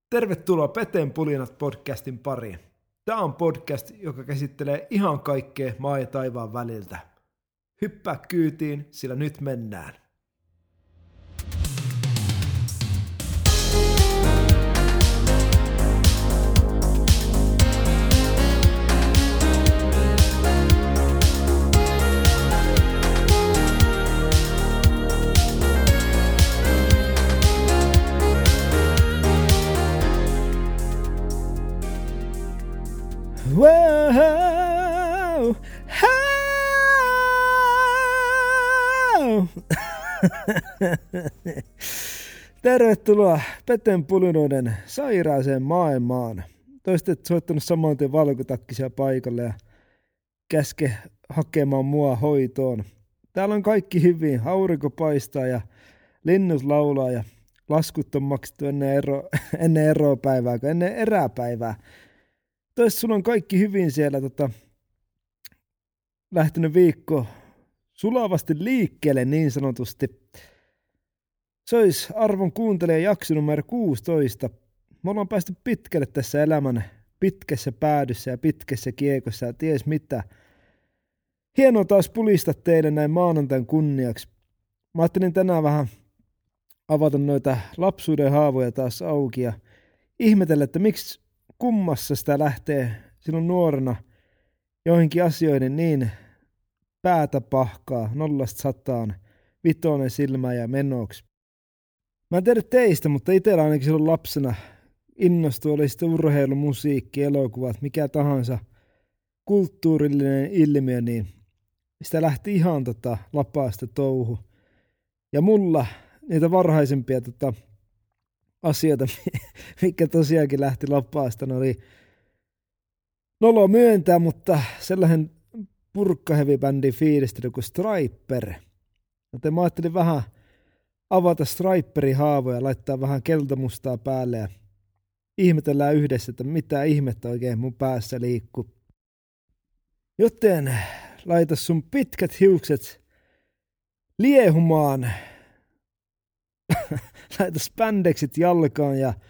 Tervetuloa Peten pulinat podcastin pariin. Tämä on podcast, joka käsittelee ihan kaikkea maa ja taivaan väliltä. Hyppää kyytiin, sillä nyt mennään. Wow, Tervetuloa Peten pulinoiden sairaaseen maailmaan. Toiset soittanut saman tien valkotakkisia paikalle ja käske hakemaan mua hoitoon. Täällä on kaikki hyvin, aurinko paistaa ja linnut laulaa ja laskut on maksettu ennen eropäivää, ennen eräpäivää. Toista sulla on kaikki hyvin siellä, lähtenyt viikko sulavasti liikkeelle niin sanotusti. Se olisi arvon kuuntelija jakso numero 16. Me ollaan päästy pitkälle tässä elämän pitkässä päädyssä ja pitkässä kiekossa ja ties mitä. Hienoa taas pulista teille näin maanantain kunniaksi. Mä ajattelin tänään vähän avata noita lapsuuden haavoja taas auki ja ihmetellä, että miksi kummassa sitä lähtee silloin nuorena joihinkin asioihin niin päätä pahkaa, 0–100, 5 silmää ja menoksi. Mä en tiedä teistä, mutta itsellä ainakin silloin lapsena innostui, oli sitten urheilu, musiikki, elokuvat, mikä tahansa kulttuurillinen ilmiö, niin sitä lähti ihan lapaasta touhu. Ja mulla niitä varhaisempia asioita, mikä tosiaankin lähti lapaasta, oli nolo myöntää, mutta sellainen purkkaheavy-bändin fiilistely kuin Stryper. Joten mä ajattelin vähän avata Stryperin haavoja, laittaa vähän keltamustaa päälle ja ihmetellään yhdessä, että mitä ihmettä oikein mun päässä liikkuu. Joten laita sun pitkät hiukset liehumaan. Laita spandexit jalkaan ja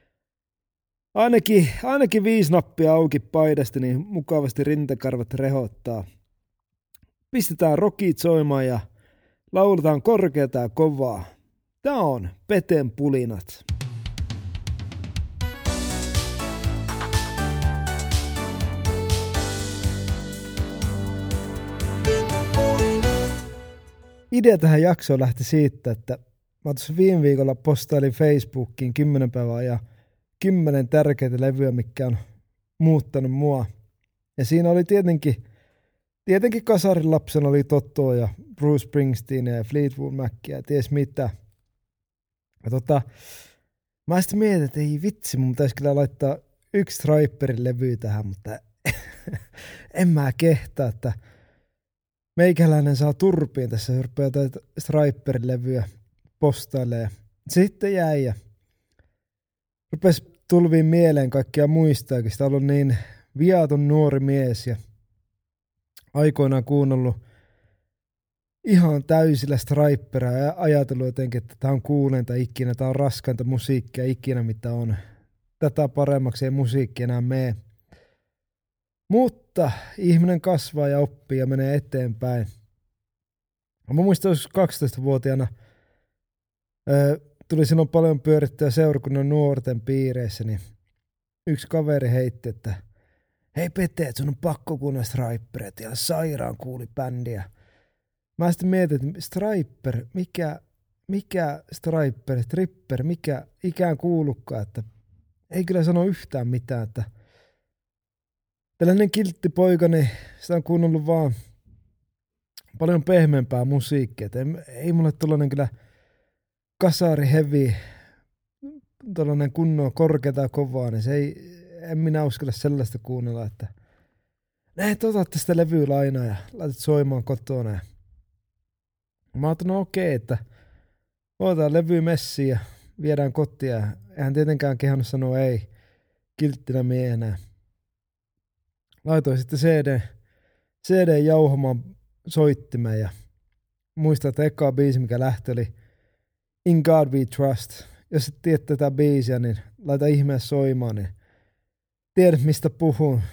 ainakin 5 nappia auki paidasta, niin mukavasti rintakarvat rehottaa. Pistetään rockit soimaan ja lauletaan korkeata ja kovaa. Tää on Peten pulinat. Idea tähän jaksoon lähti siitä, että mä tuossa viime viikolla postailin Facebookiin 10 päivää ja 10 tärkeitä levyjä, mikä on muuttanut mua. Ja siinä oli tietenkin kasarin lapsena oli Tottoa ja Bruce Springsteen ja Fleetwood Mackia ja ties mitä. Ja mä sitten mietin, että ei vitsi, mun pitäisi kyllä laittaa 1 Stryperin levy tähän, mutta en mä kehtaa, että meikäläinen saa turpiin tässä, rupeaa jotain Stryperin levyä postailee. Sitten jäi ja rupesi tulviin mieleen kaikkia muistaa, kun sitä on ollut niin viaton nuori mies ja aikoinaan kuunnellut ihan täysillä Stryperia ja ajatellut jotenkin, että tämä on kuuleinta ikinä, tämä on raskainta musiikkia ikinä, mitä on. Tätä paremmaksi ei musiikki enää mene. Mutta ihminen kasvaa ja oppii ja menee eteenpäin. Mä muistan, että 12-vuotiaana tuli silloin paljon pyörittyä seurakunnan nuorten piireissä, niin yksi kaveri heitti, että hei Pete, että sun on pakko kuunnella Stryperia, ja sairaan kuuli bändiä. Mä sitten mietin, että Stryper, mikä Stryper, Tripper, mikä ikään kuulukkaan, että ei kyllä sano yhtään mitään, että tällainen kiltti poika, niin sitä on kuunnellut vaan paljon pehmeämpää musiikkia, että ei mulle tuollainen kyllä kasari heavy, tuollainen kunnon korkeata kovaa, niin en minä uskalla sellaista kuunnella, että otatte sitä levyä lainaa ja laitat soimaan kotona. Mä ajattelin, no okei, että otetaan levy messiin ja viedään kotia. Eihän tietenkään kehannut sanoa ei kilttinä miehenä. Laitoin sitten CD jauhamaan soittimeen ja muistan, että eka biisi, mikä lähti, oli In God We Trust, jos et tiedä tätä biisiä, niin laita ihmeessä soimaan, niin tiedät mistä puhun.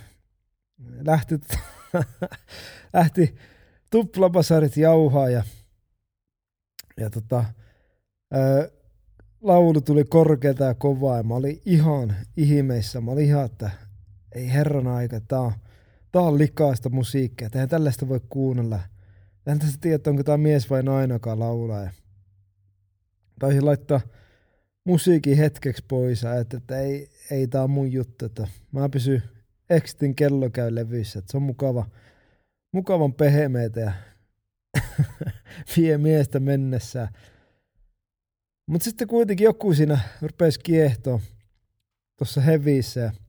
Lähti tuplabasarit jauhaa ja laulu tuli korkealta ja kovaa ja mä olin ihan ihmeissä. Mä olin ihan, että ei herran aika, tää on likaista musiikkia, eihän tällaista voi kuunnella. En tästä tiedä, onko tää mies vai nainen, joka laulaa. Ja taisin laittaa musiikin hetkeksi pois ja että ei tää on mun juttu, että mä pysyn Exitin kello käy levyissä, että se on mukavan pehmeitä ja vie miestä mennessään. Mutta sitten kuitenkin joku siinä rupesi kiehtoa tuossa hevissä ja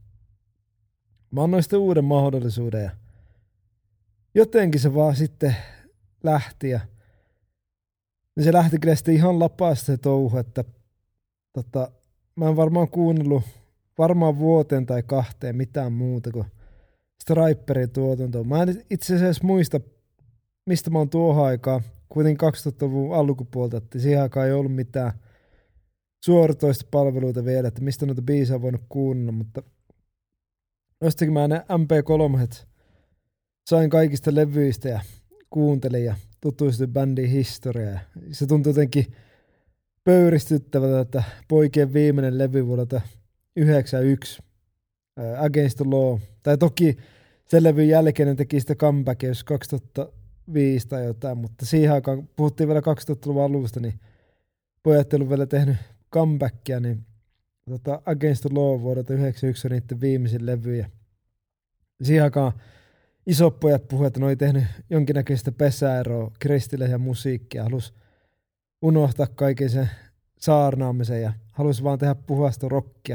mä annoin sitten uuden mahdollisuuden ja jotenkin se vaan sitten lähti ja se lähti kyllä sitten ihan lapaasta se touhu, että mä en varmaan kuunnellut vuoteen tai 2 mitään muuta kuin Striperin tuotantoa. Mä en itse asiassa muista, mistä mä oon tuohon aikaan, kuitenkin 2000-luvun alkupuolta, että siihen aikaan ei ollut mitään suoratoista palveluita vielä, että mistä noita biisejä on voinut kuunnella, mutta jostakin mä ne MP3 sain kaikista levyistä ja kuuntelin ja tutustuin bändin historiaan. Se tuntui jotenkin pöyristyttävältä, että poikien viimeinen levy vuodelta 91 Against the Law. Tai toki sen levyn jälkeen ne teki sitä comebackia, jos 2005 tai jotain, mutta siihen aikaan puhuttiin vielä 2000-luvun alusta, niin pojat ei ollut vielä tehnyt comebackia, niin Against the Law vuodelta 91 on niiden viimeisin levy. Ja siihen aikaan isot pojat puhuivat, että ne oli tehnyt jonkinnäköistä pesäeroa kristille ja musiikkia, halus unohtaa kaiken sen saarnaamisen ja halusi vaan tehdä puhasta rockia.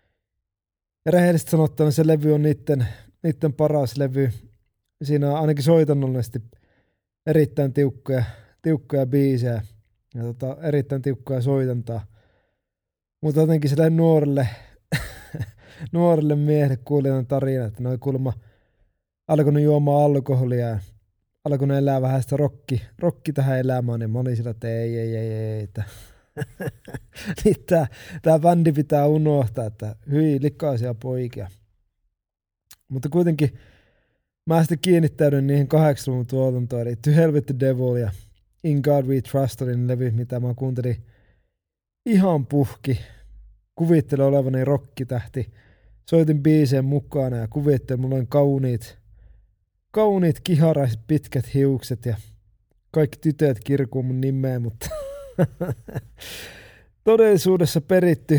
Ja rehellisesti sanottuna se levy on niiden paras levy. Siinä on ainakin soitannollisesti erittäin tiukkoja biisejä ja erittäin tiukkoja soitantaa. Mutta jotenkin sille nuorelle miehelle kuulijan tarina, että ne oli kuulemma alkanut juomaan alkoholia ja alkanut elää vähän sitä rokki tähän elämään, niin mä olin sillä, että ei, että niin tää bändi pitää unohtaa, että hyi likaisia poikia. Mutta kuitenkin mä sitten kiinnittäydyin niihin 80-luvun tuotantoon, eli To Hell with the Devil ja In God We Trust oli ne levyt, mitä mä kuuntelin ihan puhki. Kuvittelin olevani rokkitähti. Soitin biiseen mukana ja kuvittelin, mulla on kauniit kiharaiset pitkät hiukset ja kaikki tytöt kirkuu mun nimeä, mutta todellisuudessa peritty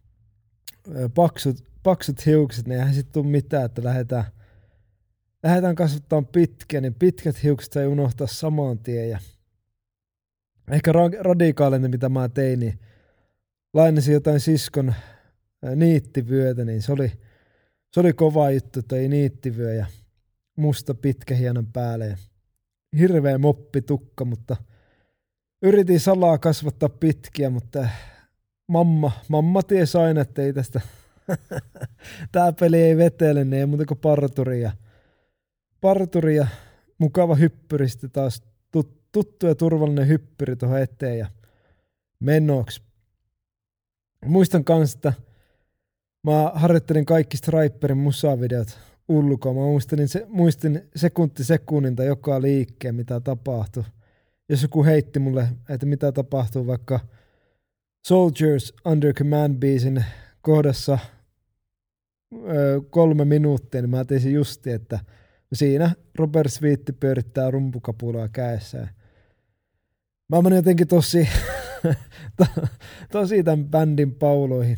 paksut hiukset, niin eihän sitten tule mitään, että lähdetään kasvattamaan pitkä, niin pitkät hiukset ei unohtaa saman tien. Ja ehkä radikaalinta, mitä mä tein, niin lainasin jotain siskon niittivyötä, niin se oli kova juttu, toi niittivyö ja musta pitkä hienon päälle ja hirveä moppitukka, mutta yritin salaa kasvattaa pitkiä, mutta mamma tiesi aina, että ei tästä tää peli ei vetele, niin ei muuta kuin parturi ja mukava hyppyri sitten taas tuttu ja turvallinen hyppyri tuohon eteen ja menoksi. Muistan kanssa, että mä harjoittelin kaikki Striperin musavideot ulkoa. Mä muistin sekunnilta joka liikkeen, mitä tapahtui. Jos joku heitti mulle, että mitä tapahtuu vaikka Soldiers Under Command biisin kohdassa 3 minuuttia, niin mä teisin justi, että siinä Robert Sweet pyörittää rumpukapulaa kädessään. Mä menin jotenkin tosi tämän bändin pauloihin.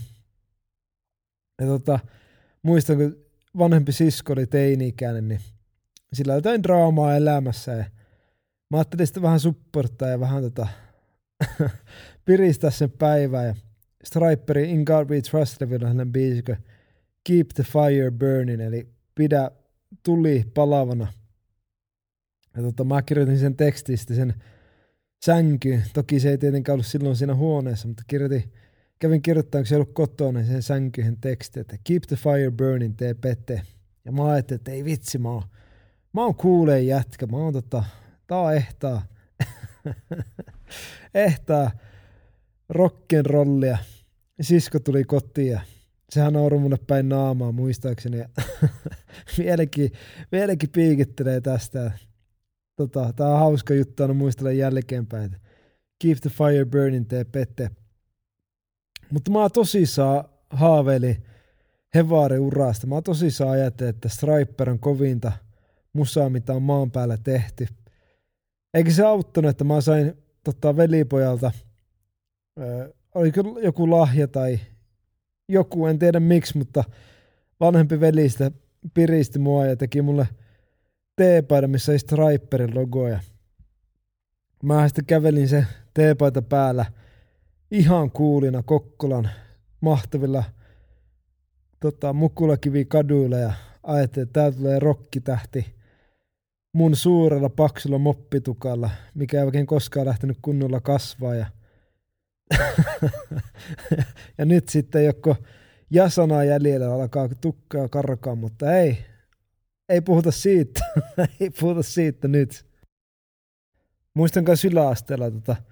Ja muistan, kun vanhempi sisko oli teini-ikäinen, niin sillä oli jotain draamaa elämässä. Ja mä ajattelin sitten vähän supporttaa ja vähän piristää sen päivää. Ja Striperin In God We Trust levyllä hänen biisi, Keep the Fire Burning, eli pidä tuli palavana. Ja mä kirjoitin sen tekstistä sen sänkyyn. Toki se ei tietenkään ollut silloin siinä huoneessa, mutta kävin kirjoittamaan, kun se ei ollut kotona, niin sen sänkyyn teksti, että Keep the Fire Burning, tee pete. Ja mä ajattelin, että ei vitsi, mä oon kuuleen jätkä, mä oon tää on ehtaa rock'n'rollia. sisko tuli kotiin ja sehän nauroi mulle päin naamaa muistaakseni. Ja vieläkin piikittelee tästä. Tää on hauska juttu, aina muistelen jälkeenpäin. Keep the fire burning, tee pette. Mutta mä tosissaan haaveilin Hevaari-urasta. Mä tosissaan ajattelin, että Striper on kovinta musaa, mitä on maan päällä tehty. Eikä se auttanut, että mä sain velipojalta, oliko joku lahja tai joku, en tiedä miksi, mutta vanhempi velistä piristi mua ja teki mulle teepaita, missä oli Striperin logo. Ja mä sitten kävelin se teepaita päällä ihan kuulina Kokkolan mahtavilla Mukulakivi kaduilla ja ajattelin, että täällä tulee rokkitähti mun suurella paksulla moppitukalla, mikä ei oikein koskaan lähtenyt kunnolla kasvaa. Ja, ja nyt sitten joko jasanaa jäljellä alkaa tukkaa karkaa, mutta ei puhuta siitä. Ei puhuta siitä nyt. Muistan myös yläasteella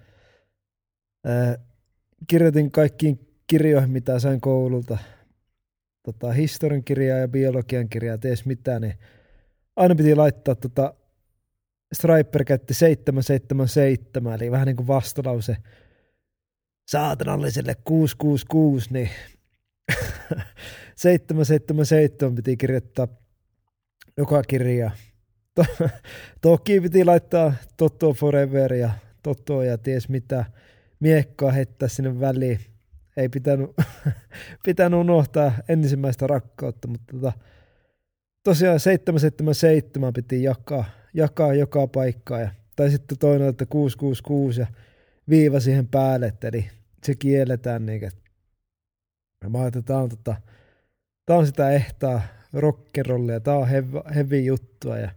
kirjoitin kaikkiin kirjoihin, mitä sain koululta. Historian kirjaa ja biologian kirjaa, ties mitään, niin aina piti laittaa Striper käytti 777, eli vähän niin kuin vastalause saatanalliselle 666, niin 777 piti kirjoittaa joka kirja. Toki piti laittaa Toto Forever ja Toto ja ties mitä miekkaa heittää sinne väliin. Ei pitänyt unohtaa ensimmäistä rakkautta, mutta tosiaan 777 piti jakaa joka paikkaan. Tai sitten toinen, että 666 ja viiva siihen päälle, eli se kielletään. Niin, mä ajattelin, että tää on sitä ehtaa rock'n'rollia, tää on heavy juttua. Ja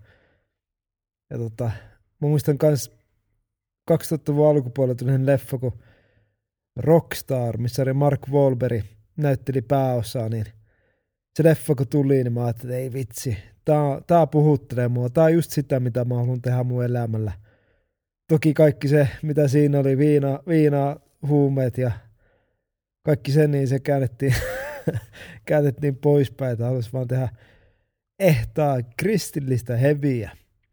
mä muistan kans 2000-luvun alkupuolella tuli leffa kuin Rockstar, missä oli Mark Wahlberg näytteli pääosaa, niin se leffa kun tuli, niin mä ajattelin, että ei vitsi, tää puhuttelee mua, tää on just sitä, mitä mä haluan tehdä mun elämällä. Toki kaikki se, mitä siinä oli, viina huumeet ja kaikki se, niin se käännettiin poispäin, että haluaisi vaan tehdä ehtaa kristillistä heviä.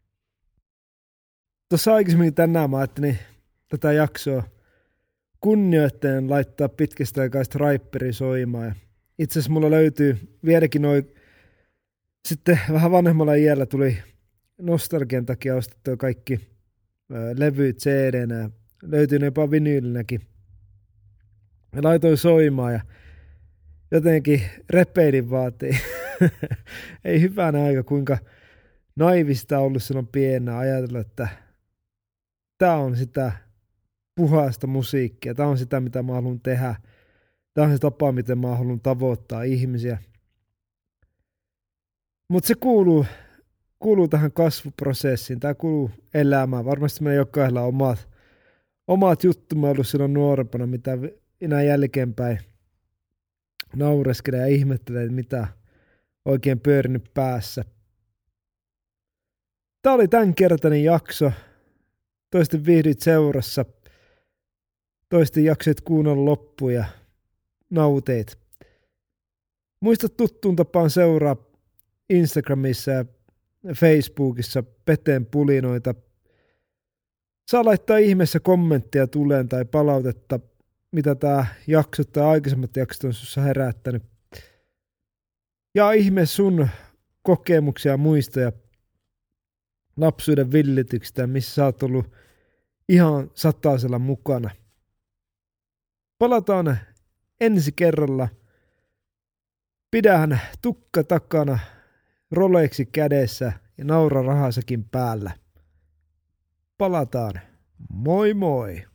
Tuossa aikaisemmin tänään mä ajattelin tätä jaksoa kunnioitteen laittaa pitkästä aikaa Striperi soimaan. Ja itse asiassa mulla löytyy vieläkin sitten vähän vanhemmalla iällä tuli nostalgian takia ostettua kaikki levyt CD-nä. Löytyy ne jopa vinyylinäkin. Ja laitoin soimaan ja jotenkin repeilin vaatiin. Ei hyvänä aika, kuinka naivista ollut silloin pienenä ajatella, että tää on sitä puhasta musiikkia. Tää on sitä, mitä mä haluan tehdä. Tää on se tapa, miten mä haluan tavoittaa ihmisiä. Mutta se kuuluu tähän kasvuprosessiin. Tää kuuluu elämään. Varmasti meillä jokaisella on omat juttumme ollut silloin nuorempana, mitä enää jälkeenpäin naureskelee ja ihmettelee, mitä oikein pyörinyt päässä. Tää oli tämänkertainen jakso. Toisten viihdyt seurassa. Toisten jaksoit kuunnella loppuun ja nauteet. Muista tuttuun tapaan seuraa Instagramissa ja Facebookissa Peteen pulinoita. Saa laittaa ihmeessä kommenttia tuleen tai palautetta, mitä tää jakso tai aikaisemmat jaksot on sussa herättänyt. Ja ihme sun kokemuksia ja muistoja lapsuuden villityksistä, missä sä oot ollut ihan satasella mukana. Palataan ensi kerralla. Pidähän tukka takana, Rolexi kädessä ja naura rahasakin päällä. Palataan. Moi moi!